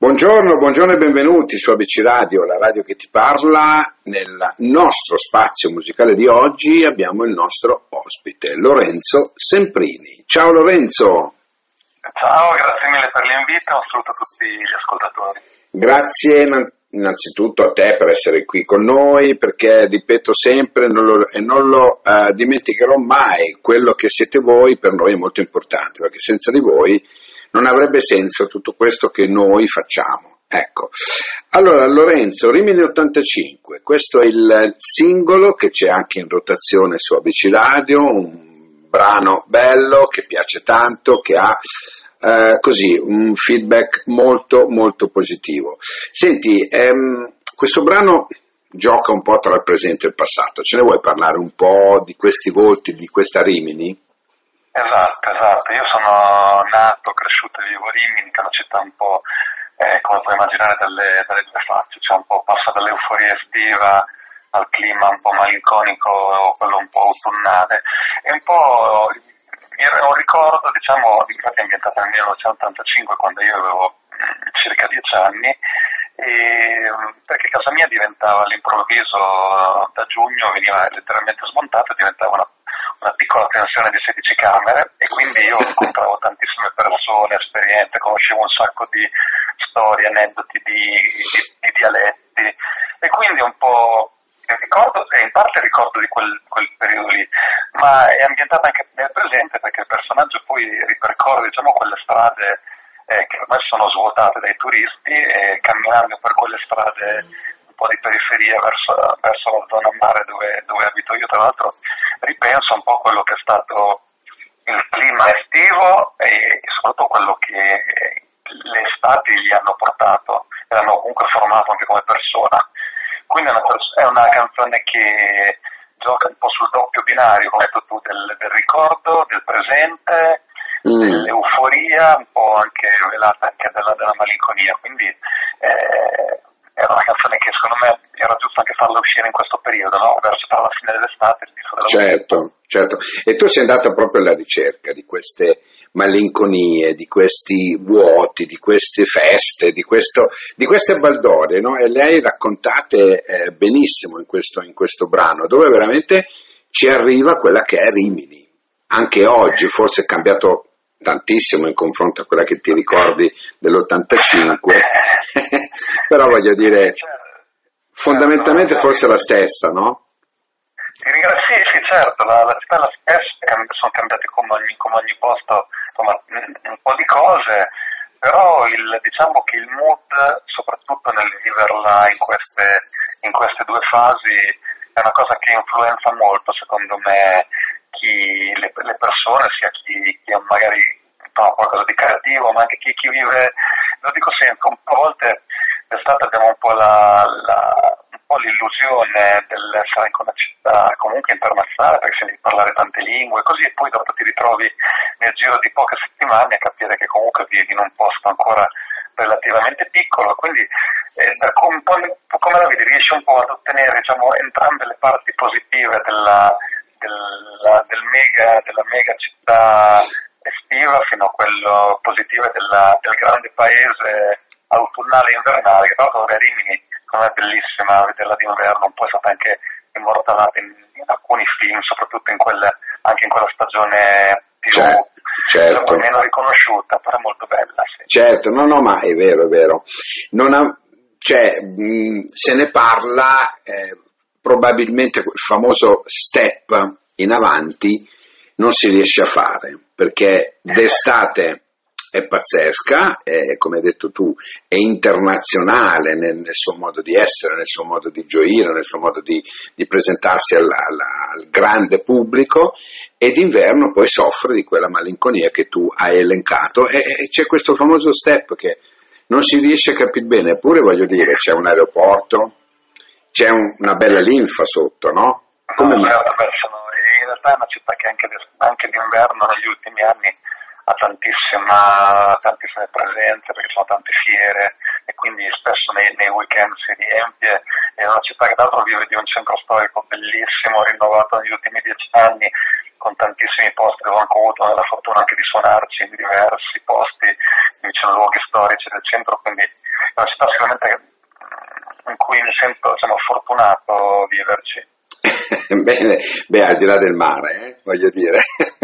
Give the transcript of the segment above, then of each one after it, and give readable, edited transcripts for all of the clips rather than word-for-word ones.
Buongiorno e benvenuti su ABC Radio, la radio che ti parla. Nel nostro spazio musicale di oggi abbiamo il nostro ospite, Lorenzo Semprini. Ciao Lorenzo. Ciao, grazie mille per l'invito, un saluto a tutti gli ascoltatori. Grazie innanzitutto a te per essere qui con noi, perché ripeto sempre e non lo dimenticherò mai, quello che siete voi per noi è molto importante, perché senza di voi non avrebbe senso tutto questo che noi facciamo. Ecco, allora Lorenzo, Rimini 85, questo è il singolo che c'è anche in rotazione su ABC Radio, un brano bello che piace tanto, che ha così un feedback molto molto positivo. Senti, questo brano gioca un po' tra il presente e il passato, ce ne vuoi parlare un po' di questi volti, di questa Rimini? Esatto, io sono nato, cresciuto e vivo a Rimini, che è una città un po', come puoi immaginare, dalle due facce, cioè un po' passa dall'euforia estiva al clima un po' malinconico, quello un po' autunnale, e un po' un ricordo, diciamo, infatti è ambientata nel 1985, quando io avevo circa 10 anni, perché casa mia diventava all'improvviso, da giugno veniva letteralmente smontata, diventava una piccola pensione di 16 camere, e quindi io incontravo tantissime persone, esperienze, conoscevo un sacco di storie, aneddoti, di dialetti, e quindi un po' ricordo, e in parte ricordo di quel periodo lì, ma è ambientata anche nel presente, perché il personaggio poi ripercorre, diciamo, quelle strade che ormai sono svuotate dai turisti, e camminando per quelle strade un po' di periferia verso la zona mare dove abito io, tra l'altro ripenso un po' a quello che è stato il clima estivo e soprattutto quello che le estati gli hanno portato e l'hanno comunque formato anche come persona. Quindi è una canzone che gioca un po' sul doppio binario, come hai detto tu, del ricordo, del presente, dell'euforia, un po' anche velata anche della malinconia. Quindi era una canzone che secondo me era giusto anche farla uscire in questo periodo, no? Verso la fine dell'estate, l'inizio della Certo. E tu sei andato proprio alla ricerca di queste malinconie, di questi vuoti, di queste feste, di queste baldorie, no? E le hai raccontate benissimo in questo brano, dove veramente ci arriva quella che è Rimini. Anche oggi forse è cambiato tantissimo in confronto a quella che ti ricordi dell'85, però voglio dire, fondamentalmente forse è la stessa, no? Ti ringrazio, sì, certo, la città è la stessa, sono cambiati come ogni posto, insomma, un po' di cose, però diciamo che il mood, soprattutto nel viverla in queste due fasi, è una cosa che influenza molto, secondo me, le persone, sia chi magari fa qualcosa di creativo, ma anche chi vive, lo dico sempre, a volte d'estate abbiamo un po' un po' l'illusione dell'essere in una città comunque internazionale, perché senti parlare tante lingue, così, e poi dopo ti ritrovi nel giro di poche settimane a capire che comunque vivi in un posto ancora relativamente piccolo, quindi un po' come la vedi, riesci un po' ad ottenere, diciamo, entrambe le parti positive della mega città estiva fino a quello positivo del grande paese autunnale e invernale, che tra l'altro Rimini è bellissima, vederla d'inverno, un po' è stata anche immortalata in alcuni film, soprattutto anche in quella stagione più certo. meno riconosciuta, però è molto bella. Sì. Certo, no, ma è vero. Se ne parla, probabilmente quel famoso step in avanti non si riesce a fare, perché d'estate è pazzesca, come hai detto tu, è internazionale nel suo modo di essere, nel suo modo di gioire, nel suo modo di presentarsi al grande pubblico, e d'inverno poi soffre di quella malinconia che tu hai elencato, e c'è questo famoso step che non si riesce a capire bene, eppure voglio dire, c'è un aeroporto, c'è una bella linfa sotto, no? Come mai? In realtà è una città che anche d'inverno negli ultimi anni ha tantissime presenze, perché sono tante fiere, e quindi spesso nei weekend si riempie. È una città che tra l'altro vive di un centro storico bellissimo, rinnovato negli ultimi 10 anni, con tantissimi posti dove ho anche avuto la fortuna anche di suonarci in diversi posti vicino ai luoghi storici del centro, quindi è una città sicuramente in cui mi sento, diciamo, fortunato viverci. Bene, beh, al di là del mare, voglio dire.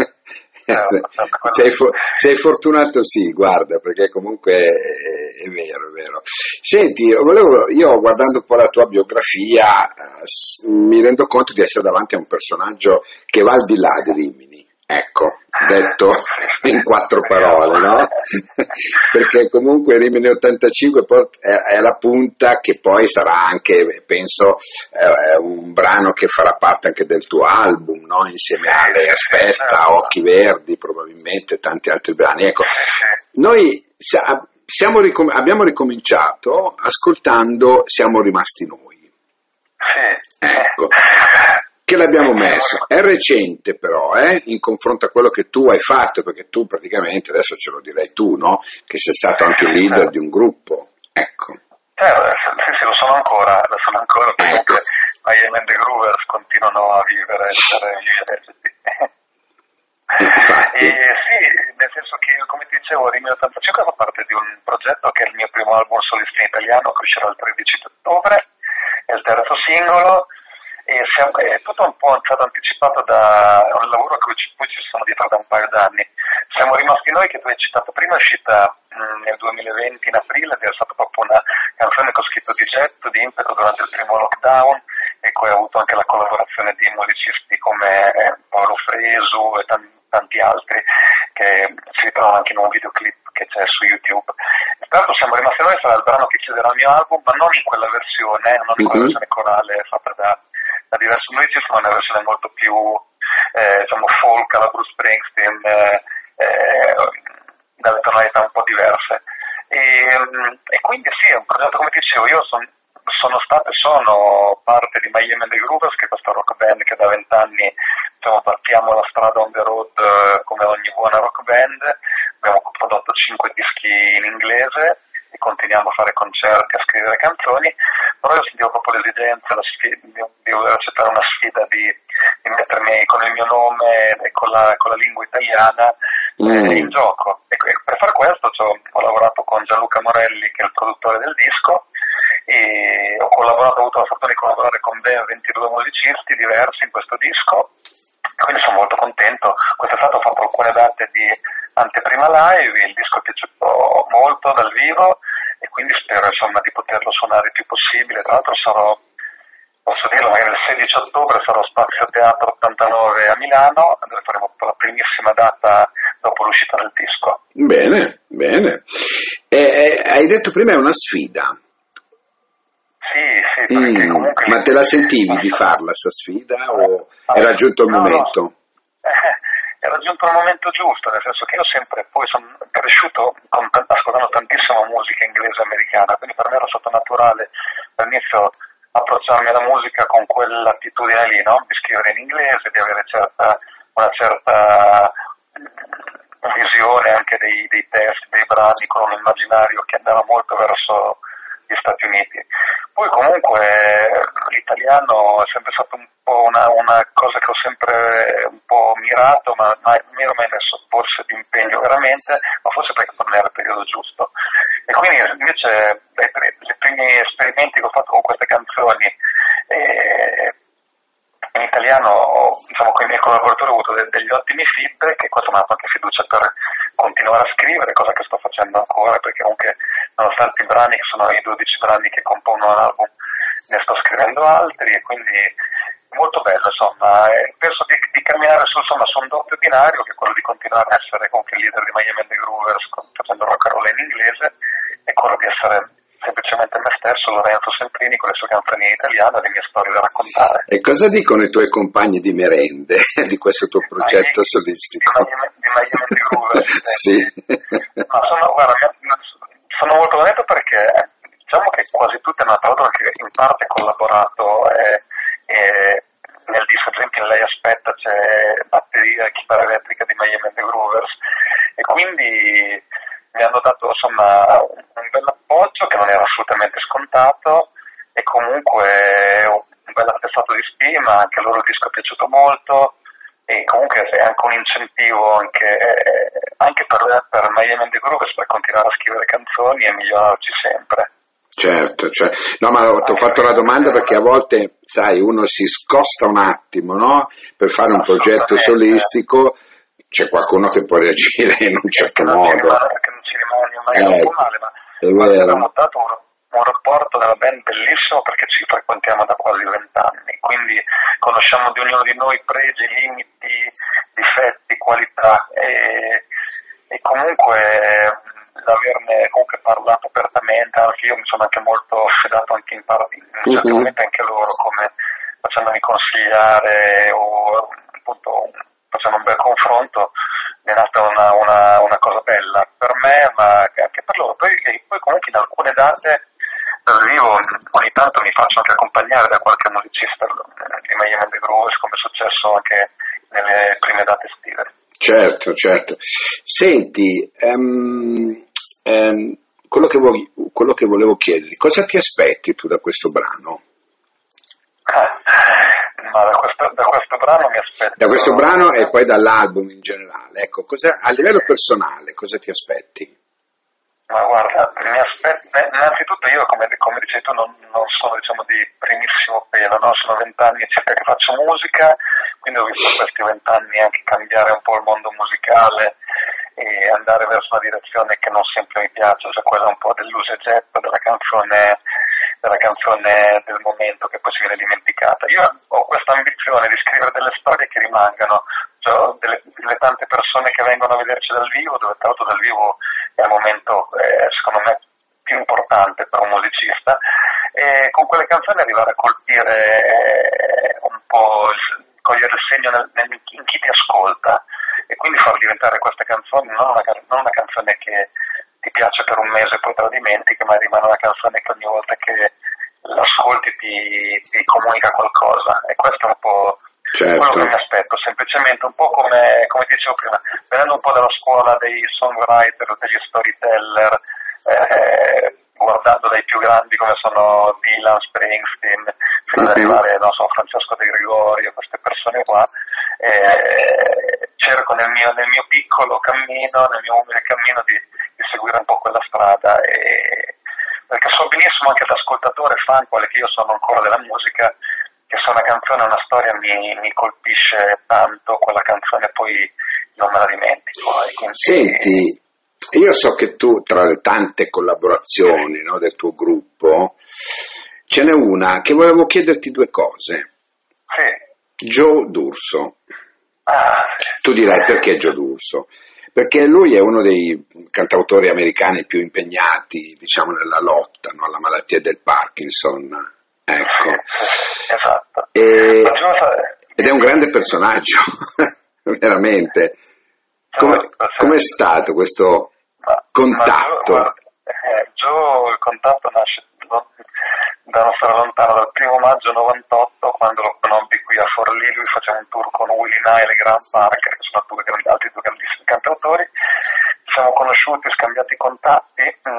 Sei fortunato, sì, guarda, perché comunque è vero, è vero. Senti, io guardando un po' la tua biografia, mi rendo conto di essere davanti a un personaggio che va al di là di Rimini, ecco, detto in 4 parole, no? Perché comunque Rimini 85 è la punta che poi sarà anche, penso, un brano che farà parte anche del tuo album, no? Insieme a Lei Aspetta, Occhi Verdi, probabilmente tanti altri brani. Ecco, noi abbiamo ricominciato ascoltando Siamo rimasti noi. Ecco. Che l'abbiamo messo, è recente però, in confronto a quello che tu hai fatto, perché tu praticamente, adesso ce lo direi tu, no? Che sei stato anche leader di un gruppo, ecco. Sì, lo sono ancora, perché ecco. Miami and the Groovers continuano a vivere, essere vivi. Infatti. Sì, nel senso che, come ti dicevo, Rimini 85 fa parte di un progetto che è il mio primo album solista in italiano, che uscirà il 13 ottobre, è il terzo singolo. È tutto un po' stato anticipato da un lavoro a cui poi ci sono dietro da un paio d'anni. Siamo rimasti noi, che tu hai citato prima, è uscita nel 2020 in aprile, ed è stata proprio una canzone che ho scritto di getto, di impeto durante il primo lockdown, e poi ho avuto anche la collaborazione di musicisti come Paolo Fresu e tanti altri, che si ritrovano anche in un videoclip che c'è su YouTube. Tra l'altro Siamo rimasti noi sarà il brano che chiuderà il mio album, ma non in quella versione, non in quella versione corale fatta da diversi musicisti, ma una versione molto più diciamo folk alla Bruce Springsteen, dalle tonalità un po' diverse. E quindi sì, è un progetto, come dicevo, io sono parte di Miami and the Groovers, che è questa rock band che da 20 anni, diciamo, partiamo la strada on the road come ogni buona rock band. Abbiamo prodotto 5 dischi in inglese e continuiamo a fare concerti, a scrivere canzoni, però io sentivo proprio l'esigenza di voler accettare una sfida di mettermi con il mio nome e con la lingua italiana in gioco. E per far questo ho lavorato con Gianluca Morelli, che è il produttore del disco, e ho avuto la fortuna di collaborare con ben 22 musicisti diversi in questo disco, quindi sono molto contento. Quest'estate ho fatto alcune date di anteprima live, il disco è piaciuto molto dal vivo e quindi spero, insomma, di poterlo suonare il più possibile. Tra l'altro posso dirlo, magari il 16 ottobre sarò Spazio Teatro 89 a Milano, dove faremo la primissima data dopo l'uscita del disco. Bene, bene. Hai detto prima è una sfida. Sì, perché comunque... Ma te la sentivi di farla, sta sfida, o era giunto il momento? No. Era giunto il momento giusto, nel senso che io poi sono cresciuto ascoltando tantissima musica inglese e americana, quindi per me era stato naturale all'inizio approcciarmi alla musica con quell'attitudine lì, no? Di scrivere in inglese, di avere una certa visione anche dei testi, dei brani, con un immaginario che andava molto verso gli Stati Uniti. Poi comunque l'italiano è sempre stato un po' una cosa che ho sempre un po' mirato, ma mi ero mai messo forse di impegno veramente, ma forse perché non era il periodo giusto. E quindi invece i primi esperimenti che ho fatto con queste canzoni in italiano, diciamo, con i miei collaboratori ho avuto degli ottimi feedback, e questo mi ha dato anche fiducia per continuare a scrivere, cosa che sto facendo ancora, perché comunque nonostante i brani, che sono i 12 brani che compongono l'album, ne sto scrivendo altri, e quindi è molto bello, insomma. Penso di camminare su un doppio binario, che è quello di continuare a essere comunque il leader di Miami and the Groovers facendo rock and roll in inglese, e quello di essere semplicemente me stesso, Lorenzo Semprini, con le sue canzoni in italiano e le mie storie da raccontare. E cosa dicono i tuoi compagni di merende di questo tuo progetto solistico? Di Miami and the Groovers. Sì. Ma sono molto contento, perché diciamo che quasi tutte hanno trovato che in parte collaborato nel disco. Ad esempio in Lei Aspetta c'è batteria e chitarra elettrica di Miami and the Groovers, e quindi mi hanno dato, insomma, un bel appoggio che non era assolutamente scontato, e comunque un bel attestato di stima. Anche a loro il disco è piaciuto molto, e comunque è anche un incentivo anche per Miami and the Grooves per continuare a scrivere canzoni e migliorarci sempre. Certo, cioè, no, ma ti ho fatto la domanda perché a volte, sai, uno si scosta un attimo, no? Per fare un progetto solistico, c'è qualcuno che può reagire in un certo modo. Che non ci rimane mai un po' male, ma abbiamo dato un rapporto della band bellissimo perché ci frequentiamo da quasi 20 anni, quindi conosciamo di ognuno di noi pregi, limiti, difetti, qualità e comunque l'averne comunque parlato apertamente, anche io mi sono anche molto fidato anche in certi momenti anche loro, come facendomi consigliare o appunto facendo un bel confronto, è nata una cosa bella per me ma anche per loro. Poi comunque in alcune date dal vivo ogni tanto mi faccio anche accompagnare da qualche musicista di Miami and the Grooves, come è successo anche nelle prime date estive. Certo. Senti, quello che volevo chiederti, cosa ti aspetti tu da questo brano? Ma da questo brano mi aspetto... Da questo brano e poi dall'album in generale, ecco, a livello personale, cosa ti aspetti? Ma guarda, mi aspetto, innanzitutto io come dicevi tu non sono di primissimo pelo, no? Sono 20 anni circa che faccio musica, quindi ho visto questi 20 anni anche cambiare un po' il mondo musicale e andare verso una direzione che non sempre mi piace, cioè quella un po' dell'usa e getta della canzone del momento che poi si viene dimenticata. Io ho questa ambizione di scrivere delle storie che rimangano, cioè delle tante persone che vengono a vederci dal vivo, dove tra l'altro dal vivo è il momento secondo me più importante per un musicista, e con quelle canzoni arrivare a colpire un po', cogliere il segno in chi ti ascolta e quindi far diventare queste canzoni non una canzone che ti piace per un mese e poi te la dimentichi, ma rimane una canzone che ogni volta che l'ascolti ti comunica qualcosa, e questo è un po' quello che mi aspetto, semplicemente un po' come dicevo prima, venendo un po' dalla scuola dei songwriter, degli storyteller, guardando dai più grandi come sono Dylan, Springsteen, fino ad arrivare, non so, Francesco De Gregorio, queste persone qua, cerco nel mio piccolo cammino, nel mio umile cammino di seguire un po' quella strada, perché so benissimo anche da ascoltatore fan, quale che io sono ancora della musica, che se una canzone o una storia mi colpisce tanto, quella canzone poi non me la dimentico. Quindi... Senti, io so che tu, tra le tante collaborazioni, no, del tuo gruppo, ce n'è una che volevo chiederti due cose. Sì. Joe D'Urso. Sì. Tu dirai perché Joe D'Urso? Perché lui è uno dei cantautori americani più impegnati, diciamo, nella lotta, no, alla malattia del Parkinson. Ecco. Sì, esatto. Ed è un grande personaggio, veramente. Com'è stato questo contatto? Joe, il contatto nasce da non stare lontano, dal 1 maggio 98, quando lo conobbi qui a Forlì. Lui faceva un tour con Willie Nile e Graham Parker, che sono altri due grandissimi cantautori. Ci siamo conosciuti, scambiati contatti,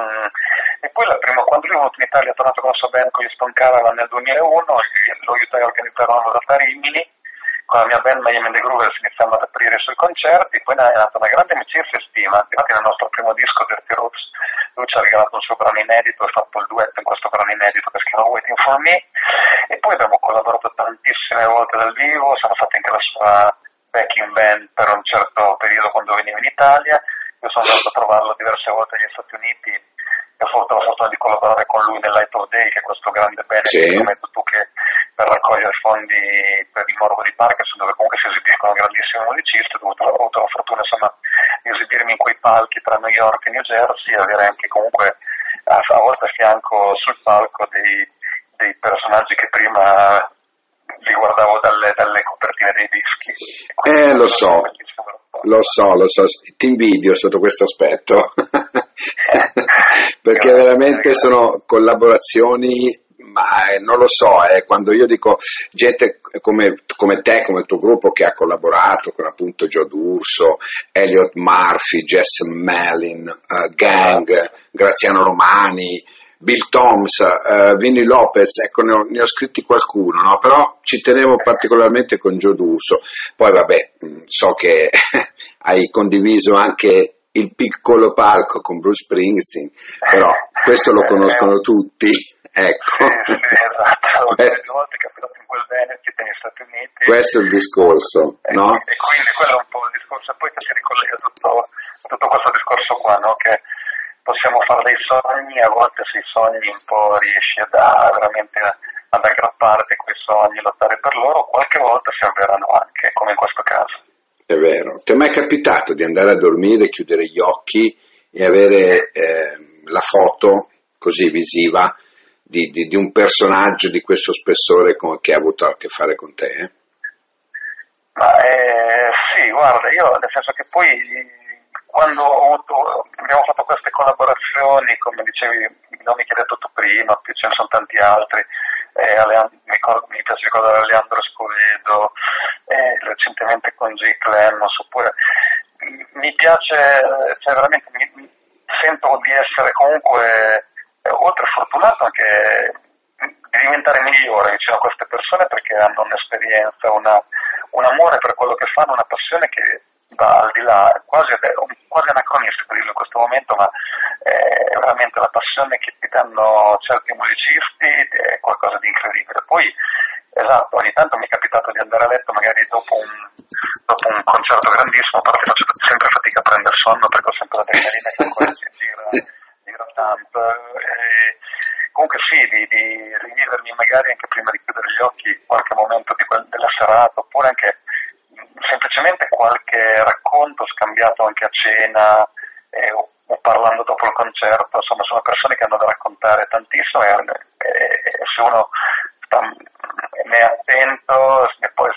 e poi quando lui è venuto in Italia, è tornato con la sua band con gli Stone Caravan nel 2001, lo aiutai a organizzare una data a Rimini. Con la mia band Miami and the Grooves iniziamo ad aprire i suoi concerti, poi è nata una grande amicizia e stima. Infatti nel nostro primo disco, Dirty Roots, lui ci ha regalato un suo brano inedito, ha fatto il duetto in questo brano inedito che si chiama Waiting for Me, e poi abbiamo collaborato tantissime volte dal vivo, siamo stati anche la sua backing band per un certo periodo quando veniva in Italia. Io sono andato a trovarlo diverse volte negli Stati Uniti e ho avuto la fortuna di collaborare con lui nel Light of Day, che è questo grande benefit, come hai detto tu, che per raccogliere fondi per il morbo di Parkinson, dove comunque si esibiscono grandissimi musicisti. Ho avuto la fortuna, insomma, di esibirmi in quei palchi tra New York e New Jersey e avere anche comunque a volte a fianco sul palco dei personaggi che prima li guardavo dalle copertine dei dischi. Lo so, ti invidio sotto questo aspetto, perché veramente sono collaborazioni, ma non lo so, quando io dico gente come te, come il tuo gruppo che ha collaborato con appunto Joe D'Urso, Elliot Murphy, Jess Malin, Gang, Graziano Romani, Bill Toms, Vinnie Lopez, ecco, ne ho scritti qualcuno, no? Però ci tenevo particolarmente con Joe D'Urso. Poi vabbè, so che hai condiviso anche il piccolo palco con Bruce Springsteen, però questo lo conoscono tutti, ecco. Sì, esatto, due volte capitato in quel Benefit negli Stati Uniti. Questo è il discorso, no? E quindi quello è un po' il discorso, e poi che si ricollega tutto questo discorso qua, no? Che possiamo fare dei sogni, a volte se i sogni un po' riesci veramente ad aggrapparti a quei sogni, lottare per loro, qualche volta si avverano anche, come in questo caso. È vero. Ti è mai capitato di andare a dormire, chiudere gli occhi e avere la foto così visiva di un personaggio di questo spessore che ha avuto a che fare con te? Ma sì, guarda, io nel senso che poi quando abbiamo fatto queste collaborazioni, come dicevi, non mi hai detto tu prima, più ce ne sono tanti altri, mi piace ricordare Leandro Escovedo, recentemente con Jay Clemmons, oppure mi piace, cioè veramente mi sento di essere comunque oltre fortunato anche di diventare migliore vicino a queste persone, perché hanno un'esperienza, un amore per quello che fanno, una passione che va al di là, quasi anacronistico dirlo in questo momento, ma è veramente la passione che ti danno certi musicisti, è qualcosa di incredibile. Poi esatto, ogni tanto mi è capitato di andare a letto magari dopo un concerto grandissimo, a parte faccio sempre fatica a prendere sonno perché ho sempre l'adrenalina che ancora gira tanto. Comunque sì, di rivivermi magari anche prima di chiudere gli occhi qualche momento della serata, oppure anche semplicemente qualche racconto scambiato anche a cena o parlando dopo il concerto. Insomma, sono persone che hanno da raccontare tantissimo e se uno ne è attento e poi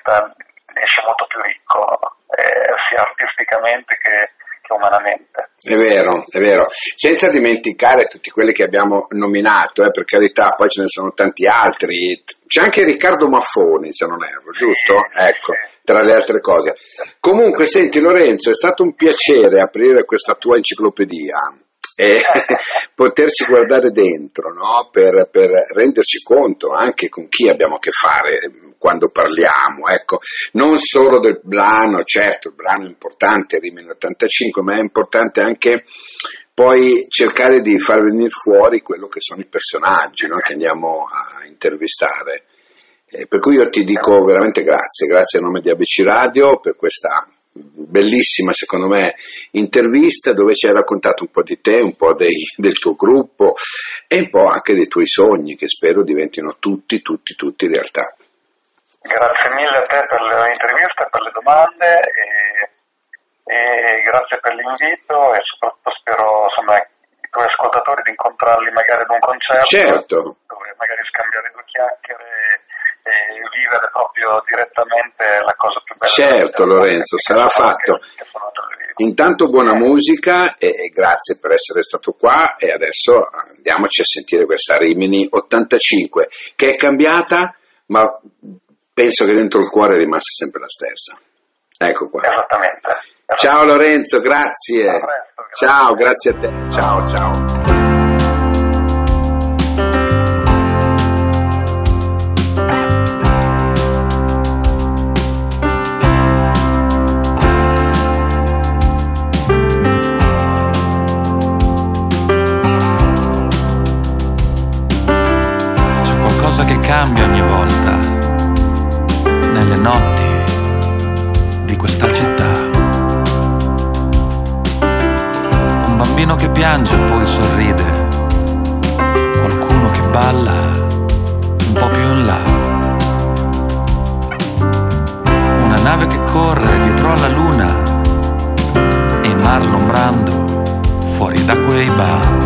esce molto più ricco, sia artisticamente che umanamente. È vero, senza dimenticare tutti quelli che abbiamo nominato, per carità, poi ce ne sono tanti altri, c'è anche Riccardo Maffoni, se non erro, giusto? Ecco, tra le altre cose. Comunque, senti Lorenzo, è stato un piacere aprire questa tua enciclopedia e poterci guardare dentro, no? Per renderci conto anche con chi abbiamo a che fare quando parliamo, ecco, non solo del brano, certo il brano è importante, Rimini 85, ma è importante anche poi cercare di far venire fuori quello che sono i personaggi, no? Che andiamo a intervistare. Per cui io ti dico veramente grazie a nome di ABC Radio per questa bellissima, secondo me, intervista dove ci hai raccontato un po' di te, un po' del tuo gruppo e un po' anche dei tuoi sogni che spero diventino tutti realtà. Grazie mille a te per l'intervista, per le domande e grazie per l'invito e soprattutto spero, insomma, i tuoi ascoltatori di incontrarli magari ad un concerto, certo, dove magari scambiare due chiacchiere e vivere proprio direttamente la cosa più bella. Certo Lorenzo, sarà fatto. Intanto buona musica e grazie per essere stato qua e adesso andiamoci a sentire questa Rimini 85 che è cambiata, ma penso che dentro il cuore è rimasta sempre la stessa. Ecco qua. Esattamente. Ciao Lorenzo, grazie. Presto, grazie. Ciao, grazie a te. Ciao. Che cambia ogni volta nelle notti di questa città. Un bambino che piange e poi sorride, qualcuno che balla un po' più in là, una nave che corre dietro alla luna e il Marlon Brando fuori da quei bar.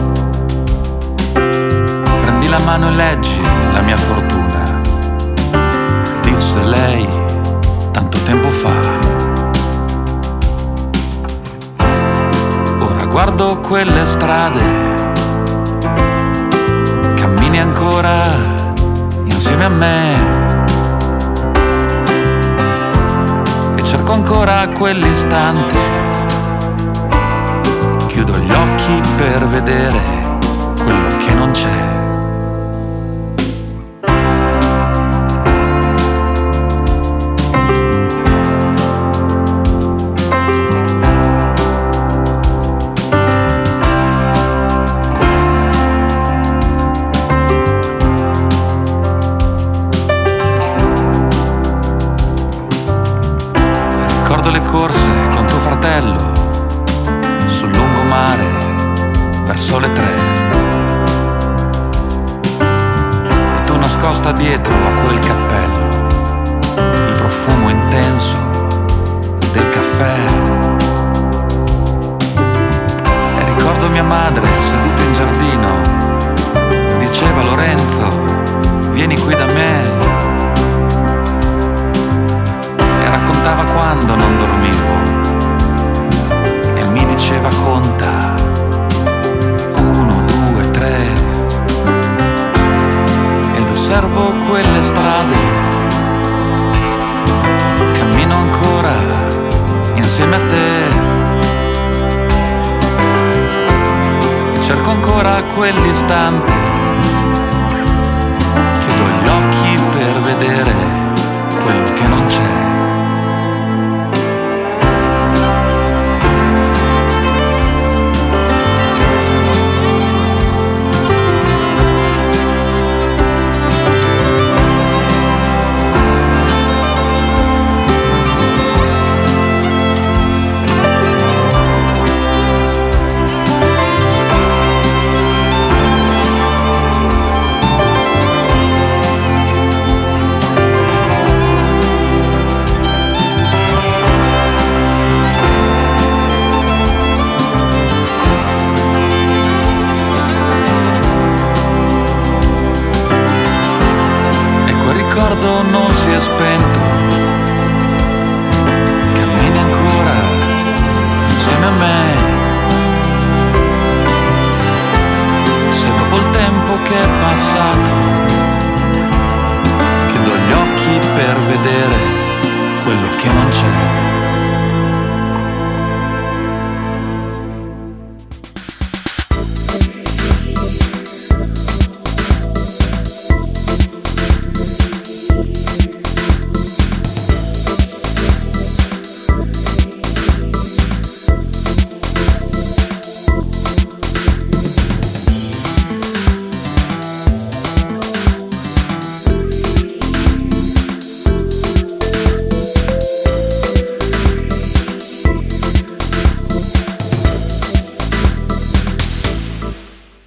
Prendi la mano e leggi la mia fortuna, disse lei tanto tempo fa. Ora guardo quelle strade, cammini ancora insieme a me e cerco ancora quell'istante, chiudo gli occhi per vedere quello nascosta dietro a quel cappello, il profumo intenso del caffè. E ricordo mia madre seduta in giardino, diceva: Lorenzo, vieni qui da me. E raccontava quando non dormivo e mi diceva: conta 1, 2, 3. Ed osservo quelle strade, cammino ancora insieme a te, cerco ancora quell'istante, chiudo gli occhi per vedere quello che non c'è. Non si è spento, cammini ancora insieme a me. Se dopo il tempo che è passato chiudo gli occhi per vedere quello che non c'è.